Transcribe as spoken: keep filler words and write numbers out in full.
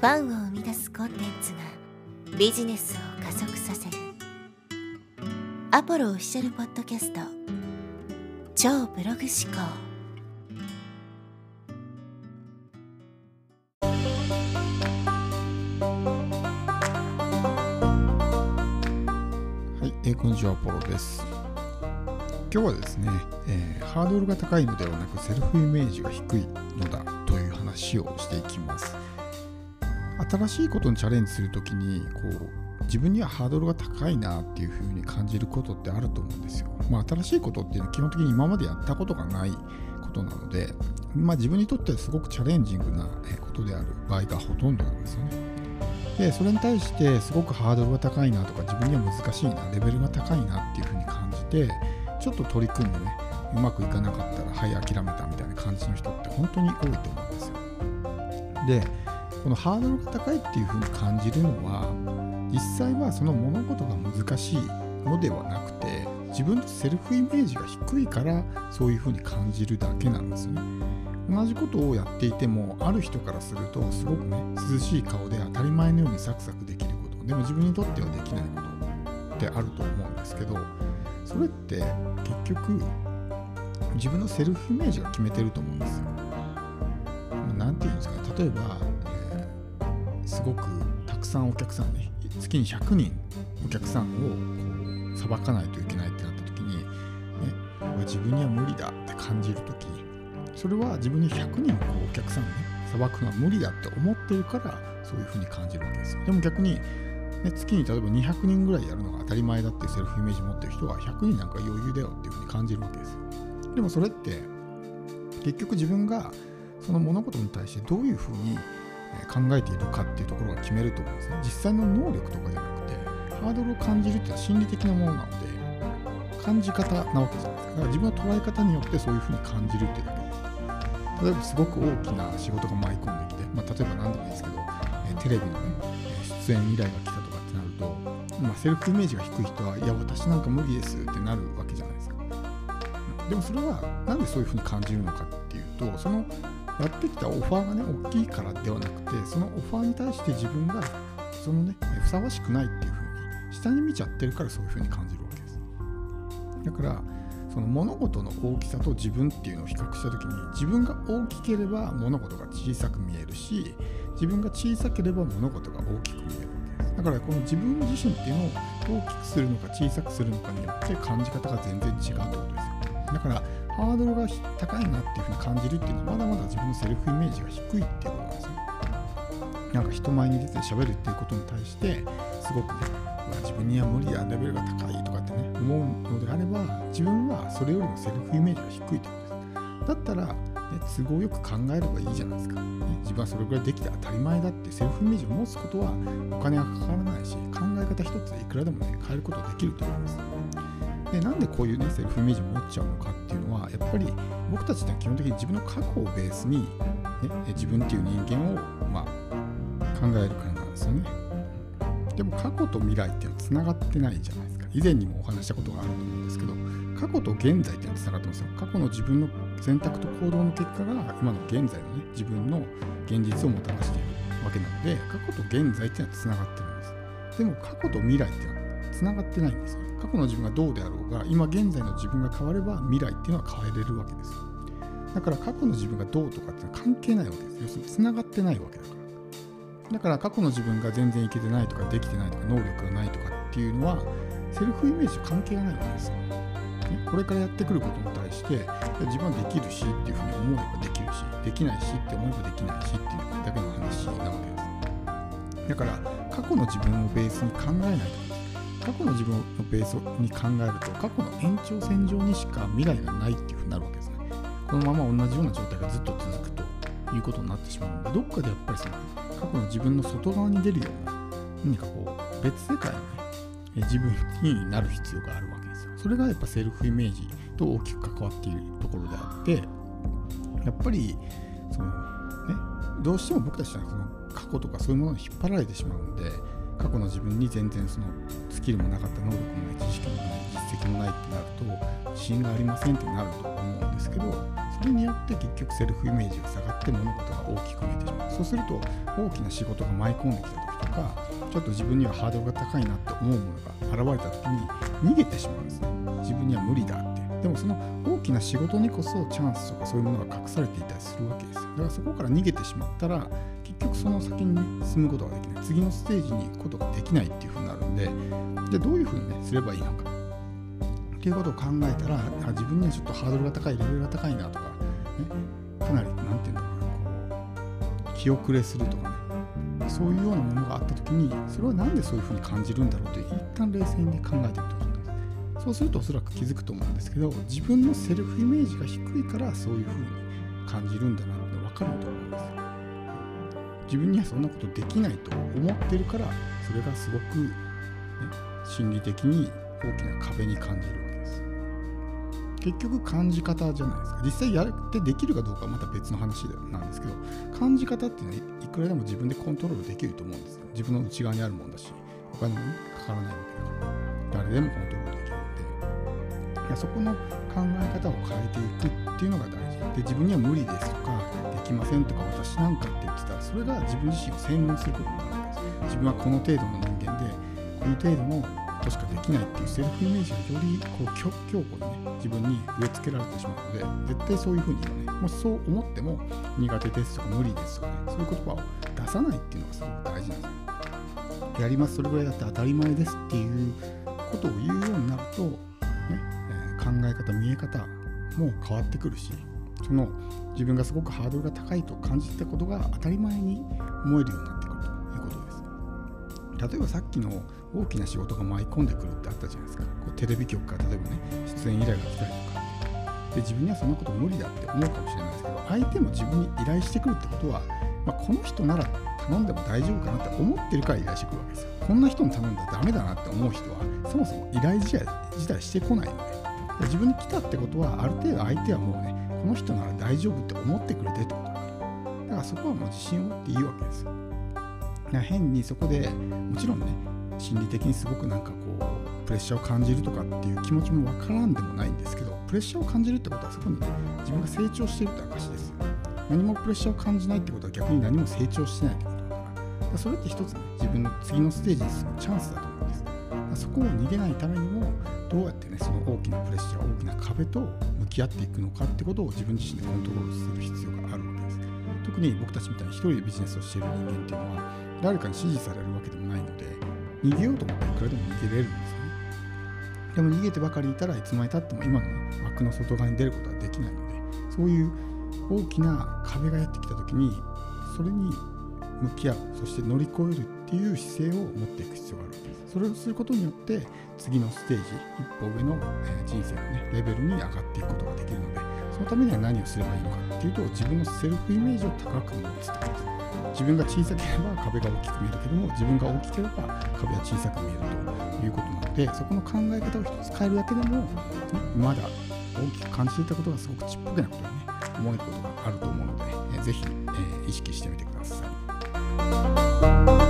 ファンを生み出すコンテンツがビジネスを加速させるアポロオフィシャルポッドキャスト超ブログ思考。 はい、えー、こんにちは、アポロです。今日はですね、えー、ハードルが高いのではなくセルフイメージが低いのだという話をしていきます。新しいことにチャレンジするときにこう自分にはハードルが高いなっていうふうに感じることってあると思うんですよ。まあ、新しいことっていうのは基本的に今までやったことがないことなので、まあ、自分にとってはすごくチャレンジングなことである場合がほとんどなんですよね。で、それに対してすごくハードルが高いなとか自分には難しいな、レベルが高いなっていうふうに感じてちょっと取り組んでね、うまくいかなかったらはい諦めたみたいな感じの人って本当に多いと思うんですよ。で、このハードルが高いっていうふうに感じるのは実際はその物事が難しいのではなくて、自分のセルフイメージが低いからそういうふうに感じるだけなんですよね。同じことをやっていてもある人からするとすごくね涼しい顔で当たり前のようにサクサクできること、でも自分にとってはできないことってあると思うんですけど、それって結局自分のセルフイメージが決めてると思うんですよ。なんていうんですかね、例えば、えー、すごくたくさんお客さんね、月にひゃくにんお客さんをさばかないといけないってなった時に、ね、自分には無理だって感じる時、それは自分にひゃくにんこうお客さんねさばくのは無理だって思ってるからそういうふうに感じるわけですよ。でも逆に、ね、月に例えばにひゃくにんぐらいやるのが当たり前だっていうセルフイメージ持ってる人はひゃくにんなんか余裕だよっていうふうに感じるわけですよ。でもそれって結局自分がその物事に対してどういうふうに考えているかっていうところが決めると思うんですね。実際の能力とかじゃなくて、ハードルを感じるっていうのは心理的なものなので、感じ方なわけじゃないですか。だから自分の捉え方によってそういうふうに感じるっていうだけです。例えばすごく大きな仕事が舞い込んできて、まあ、例えば何でもいいですけど、えテレビのね出演依頼が来たとかってなると、まあ、セルフイメージが低い人は、いや私なんか無理ですってなるわけじゃないですか。でもそれはなんでそういうふうに感じるのかっていうと、そのやってきたオファーがね大きいからではなくて、そのオファーに対して自分がそのねふさわしくないっていうふうに下に見ちゃってるからそういうふうに感じるわけです。だからその物事の大きさと自分っていうのを比較したときに、自分が大きければ物事が小さく見えるし、自分が小さければ物事が大きく見えるわけです。だからこの自分自身っていうのを大きくするのか小さくするのかによって感じ方が全然違うってことですよ。だからハードルが高いなっていうふうに感じるっていうのはまだまだ自分のセルフイメージが低いっていうことなんですよ。なんか人前に出て喋るっていうことに対してすごくね、自分には無理だ、レベルが高いとかってね思うのであれば、自分はそれよりもセルフイメージが低いってことです。だったら、ね、都合よく考えればいいじゃないですか、ね、自分はそれぐらいできて当たり前だっていうセルフイメージを持つことはお金がかからないし、考え方一つでいくらでもね変えることができると思います。で、なんでこういうねセルフイメージを持っちゃうのかっていうのは、やっぱり僕たちって基本的に自分の過去をベースに、ね、自分っていう人間を、まあ、考えるからなんですよね。でも過去と未来っていうのはつながってないじゃないですか。以前にもお話したことがあると思うんですけど、過去と現在っていうのはつながってますよ。過去の自分の選択と行動の結果が今の現在のね自分の現実をもたらしているわけなので、過去と現在っていうのはつながってるんです。でも過去と未来っていうのはつながってないんですよ。過去の自分がどうであろうが、今現在の自分が変われば未来っていうのは変えれるわけですよ。だから過去の自分がどうとかっていうのは関係ないわけです。要するにつながってないわけだから。だから過去の自分が全然いけてないとかできてないとか能力がないとかっていうのはセルフイメージと関係がないわけですよ。これからやってくることに対して自分はできるしっていうふうに思えばできるし、できないしって思えばできないしっていうだけの話なわけです。だから過去の自分をベースに考えないと、過去の自分のベースに考えると過去の延長線上にしか未来がないっていうふうになるわけですね。このまま同じような状態がずっと続くということになってしまうので、どっかでやっぱりその過去の自分の外側に出るような何かこう別世界のね自分になる必要があるわけですよ。それがやっぱセルフイメージと大きく関わっているところであって、やっぱりそのねどうしても僕たちはその過去とかそういうものに引っ張られてしまうので、過去の自分に全然そのスキルもなかった、能力もない、知識もない、実績もないってなると自信がありませんってなると思うんですけど、そそれによって結局セルフイメージが下がって物事が大きく見えてしまう。そうすると大きな仕事が舞い込んできた時とか、ちょっと自分にはハードルが高いなって思うものが現れた時に逃げてしまうんですね。自分には無理だって。でもその大きな仕事にこそチャンスとかそういうものが隠されていたりするわけですよ。だからそこから逃げてしまったら結局その先に進むことができない、次のステージに行くことができないっていう風になるんで、じゃあどういう風にねすればいいのかっていうことを考えたら、あ自分にはちょっとハードルが高い、レベルが高いなとか、ね、かなりなんていうんだろうな、こう気遅れするとかね、そういうようなものがあったときに、それはなんでそういうふうに感じるんだろうという一旦冷静に考えてみてほしいんです。そうするとおそらく気づくと思うんですけど、自分のセルフイメージが低いからそういうふうに感じるんだなって分かると思うんですよ。自分にはそんなことできないと思ってるから、それがすごく、ね、心理的に大きな壁に感じるわけです。結局感じ方じゃないですか。実際やってできるかどうかはまた別の話なんですけど、感じ方っていうのはいくらでも自分でコントロールできると思うんですよ。自分の内側にあるもんだし、お金もかからないわけだから、誰でもコントロールできるので、そこの考え方を変えていくっていうのが大事で、自分には無理ですとかできませんとか私なんかって言ってたら、それが自分自身を洗脳することになるわけです。自分はこの程度の人間でこの程度のことしかできないっていうセルフイメージがよりこう強強固にね自分に植え付けられてしまうので、絶対そういうふうにはね、もしそう思っても苦手ですとか無理ですとかね、そういう言葉を出さないっていうのがすごく大事なんですよ。やります、それぐらいだって当たり前ですっていうことを言うようになると、ねえー、考え方見え方も変わってくるし、その自分がすごくハードルが高いと感じてたことが当たり前に思えるようになってくるということです。例えばさっきの大きな仕事が舞い込んでくるってあったじゃないですか。こうテレビ局から例えばね出演依頼が来たりとかで、自分にはそんなこと無理だって思うかもしれないですけど、相手も自分に依頼してくるってことは、まあ、この人なら頼んでも大丈夫かなって思ってるから依頼してくるわけですよ。こんな人に頼んだらダメだなって思う人はそもそも依頼自体自体してこないので、自分に来たってことはある程度相手はもうねこの人なら大丈夫って思ってくれてってことだから、だからそこはもう自信を持っていいわけですよ。変にそこでもちろんね心理的にすごくなんかこうプレッシャーを感じるとかっていう気持ちもわからんでもないんですけど、プレッシャーを感じるってことはそこにね自分が成長しているって証ですよ。何もプレッシャーを感じないってことは逆に何も成長してないってことだから、だからそれって一つね自分の次のステージに進むチャンスだと思うんです。だからそこを逃げないためにもどうやってねその大きなプレッシャー大きな壁と向き合っていくのかってことを自分自身でコントロールする必要があるわけです。特に僕たちみたいに一人でビジネスをしている人間っていうのは誰かに指示されるわけでもないので、逃げようと思ったらいくらでも逃げれるんですよね。でも逃げてばかりいたらいつまでたっても今の、ね、枠の外側に出ることはできないので、そういう大きな壁がやってきた時にそれに向き合う、そして乗り越えるっていう姿勢を持っていく必要があるわけです。それをすることによって次のステージ一歩上の、えー、人生の、ね、レベルに上がっていくことができるので、そのためには何をすればいいのかっていうと、自分のセルフイメージを高く持つってことです。自分が小さければ壁が大きく見えるけども、自分が大きければ壁は小さく見えるということなので、そこの考え方を一つ変えるだけでも、ね、まだ大きく感じていたことがすごくちっぽけなことにね思えることがあると思うので、えー、ぜひ、えー、意識してみてください。